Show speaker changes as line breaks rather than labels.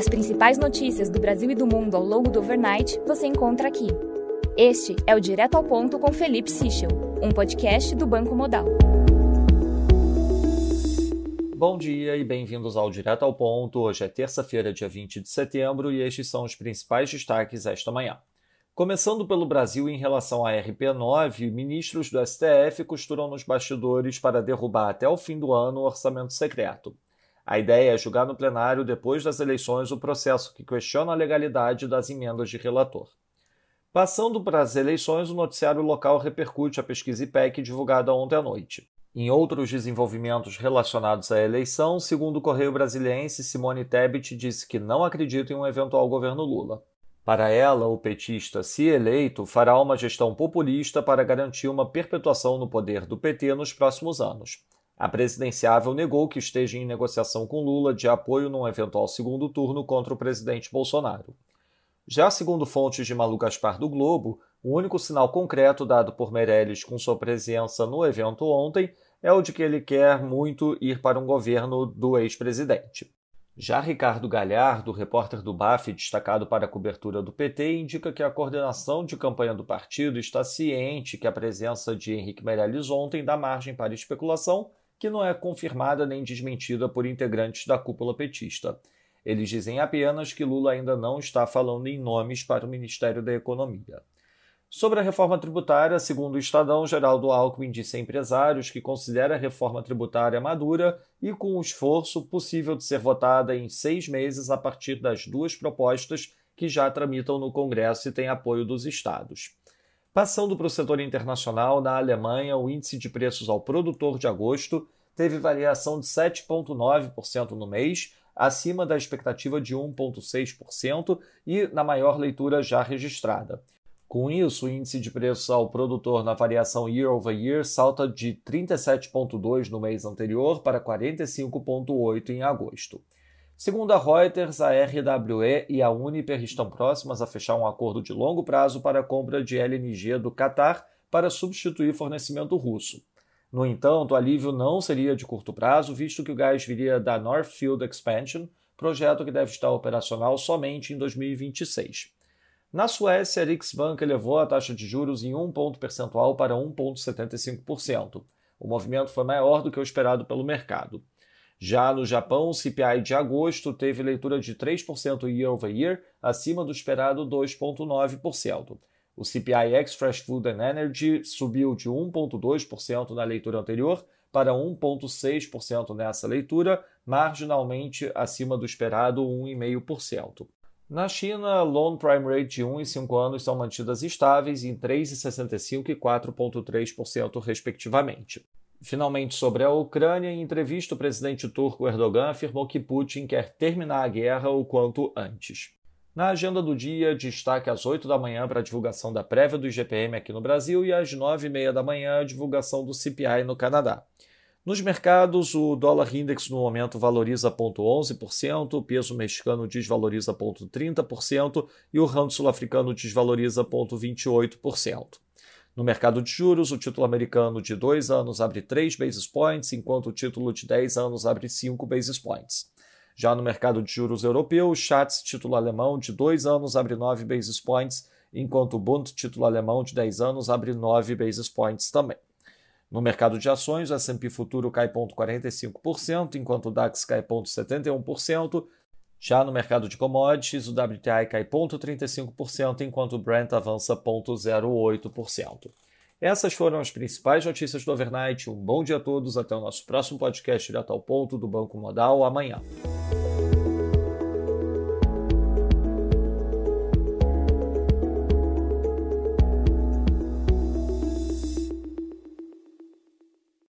As principais notícias do Brasil e do mundo ao longo do overnight você encontra aqui. Este é o Direto ao Ponto com Felipe Sichel, um podcast do Banco Modal.
Bom dia e bem-vindos ao Direto ao Ponto. Hoje é terça-feira, dia 20 de setembro, e estes são os principais destaques esta manhã. Começando pelo Brasil em relação à RP9, ministros do STF costuram nos bastidores para derrubar até o fim do ano o orçamento secreto. A ideia é julgar no plenário, depois das eleições, o processo que questiona a legalidade das emendas de relator. Passando para as eleições, o noticiário local repercute a pesquisa IPEC divulgada ontem à noite. Em outros desenvolvimentos relacionados à eleição, segundo o Correio Brasiliense, Simone Tebet disse que não acredita em um eventual governo Lula. Para ela, o petista, se eleito, fará uma gestão populista para garantir uma perpetuação no poder do PT nos próximos anos. A presidenciável negou que esteja em negociação com Lula de apoio num eventual segundo turno contra o presidente Bolsonaro. Já segundo fontes de Malu Gaspar do Globo, o único sinal concreto dado por Meirelles com sua presença no evento ontem é o de que ele quer muito ir para um governo do ex-presidente. Já Ricardo Galhardo, repórter do BAF destacado para a cobertura do PT, indica que a coordenação de campanha do partido está ciente que a presença de Henrique Meirelles ontem dá margem para especulação, que não é confirmada nem desmentida por integrantes da cúpula petista. Eles dizem apenas que Lula ainda não está falando em nomes para o Ministério da Economia. Sobre a reforma tributária, segundo o Estadão, Geraldo Alckmin disse a empresários que considera a reforma tributária madura e com esforço possível de ser votada em 6 meses a partir das 2 propostas que já tramitam no Congresso e têm apoio dos estados. Passando para o setor internacional, na Alemanha, o índice de preços ao produtor de agosto teve variação de 7,9% no mês, acima da expectativa de 1,6% e na maior leitura já registrada. Com isso, o índice de preços ao produtor na variação year over year salta de 37,2% no mês anterior para 45,8% em agosto. Segundo a Reuters, a RWE e a Uniper estão próximas a fechar um acordo de longo prazo para a compra de LNG do Catar para substituir fornecimento russo. No entanto, o alívio não seria de curto prazo, visto que o gás viria da North Field Expansion, projeto que deve estar operacional somente em 2026. Na Suécia, a Riksbank elevou a taxa de juros em 1 ponto percentual para 1,75%. O movimento foi maior do que o esperado pelo mercado. Já no Japão, o CPI de agosto teve leitura de 3% year over year, acima do esperado 2,9%. O CPI ex-Fresh Food and Energy subiu de 1,2% na leitura anterior para 1,6% nessa leitura, marginalmente acima do esperado 1,5%. Na China, Loan Prime Rate de 1 e 5 anos são mantidas estáveis em 3,65% e 4,3%, respectivamente. Finalmente, sobre a Ucrânia, em entrevista, o presidente turco Erdogan afirmou que Putin quer terminar a guerra o quanto antes. Na agenda do dia, destaque às 8 da manhã para a divulgação da prévia do IGPM aqui no Brasil e às 9h30 da manhã a divulgação do CPI no Canadá. Nos mercados, o dólar index no momento valoriza 0,11%, o peso mexicano desvaloriza 0,30% e o rand sul-africano desvaloriza 0,28%. No mercado de juros, o título americano de 2 anos abre 3 basis points, enquanto o título de 10 anos abre 5 basis points. Já no mercado de juros europeu, o Schatz, título alemão de 2 anos, abre 9 basis points, enquanto o Bund, título alemão de 10 anos, abre 9 basis points também. No mercado de ações, o S&P futuro cai 0,45%, enquanto o DAX cai 0,71%. Já no mercado de commodities, o WTI cai 0,35%, enquanto o Brent avança 0,08%. Essas foram as principais notícias do overnight. Um bom dia a todos, até o nosso próximo podcast Direto ao Ponto do Banco Modal amanhã.